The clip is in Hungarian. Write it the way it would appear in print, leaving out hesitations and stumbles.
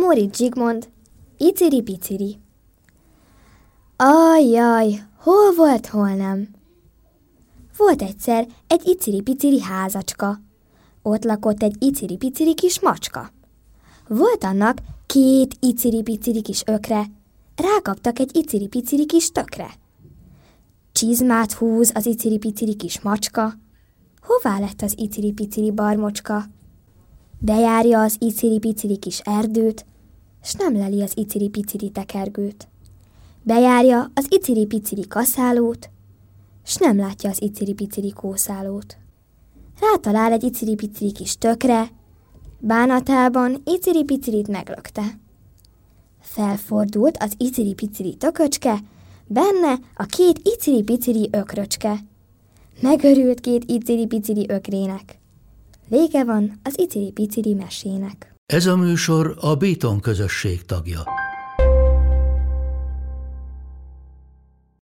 Móricz Zsigmond, Iciri-piciri. Ajjaj, hol volt, hol nem. Volt egyszer egy iciri-piciri házacska. Ott lakott egy iciri-piciri kis macska. Volt annak 2 iciri-piciri kis ökre, rákaptak egy iciri-piciri kis tökre. Csizmát húz az iciri-piciri kis macska, hová lett az iciri-piciri barmocska? Bejárja az iciri-piciri kis erdőt, s nem leli az iciri-piciri tekergőt. Bejárja az iciri-piciri kaszálót, s nem látja az iciri-piciri kószálót. Rátalál egy iciri-piciri kis tökre, bánatában iciri-picirit meglökte. Felfordult az iciri-piciri tököcske, benne a 2 iciri-piciri ökröcske. Megörült 2 iciri-piciri ökrének. Vége van az iciri-piciri mesének. Ez a műsor a Béton közösség tagja.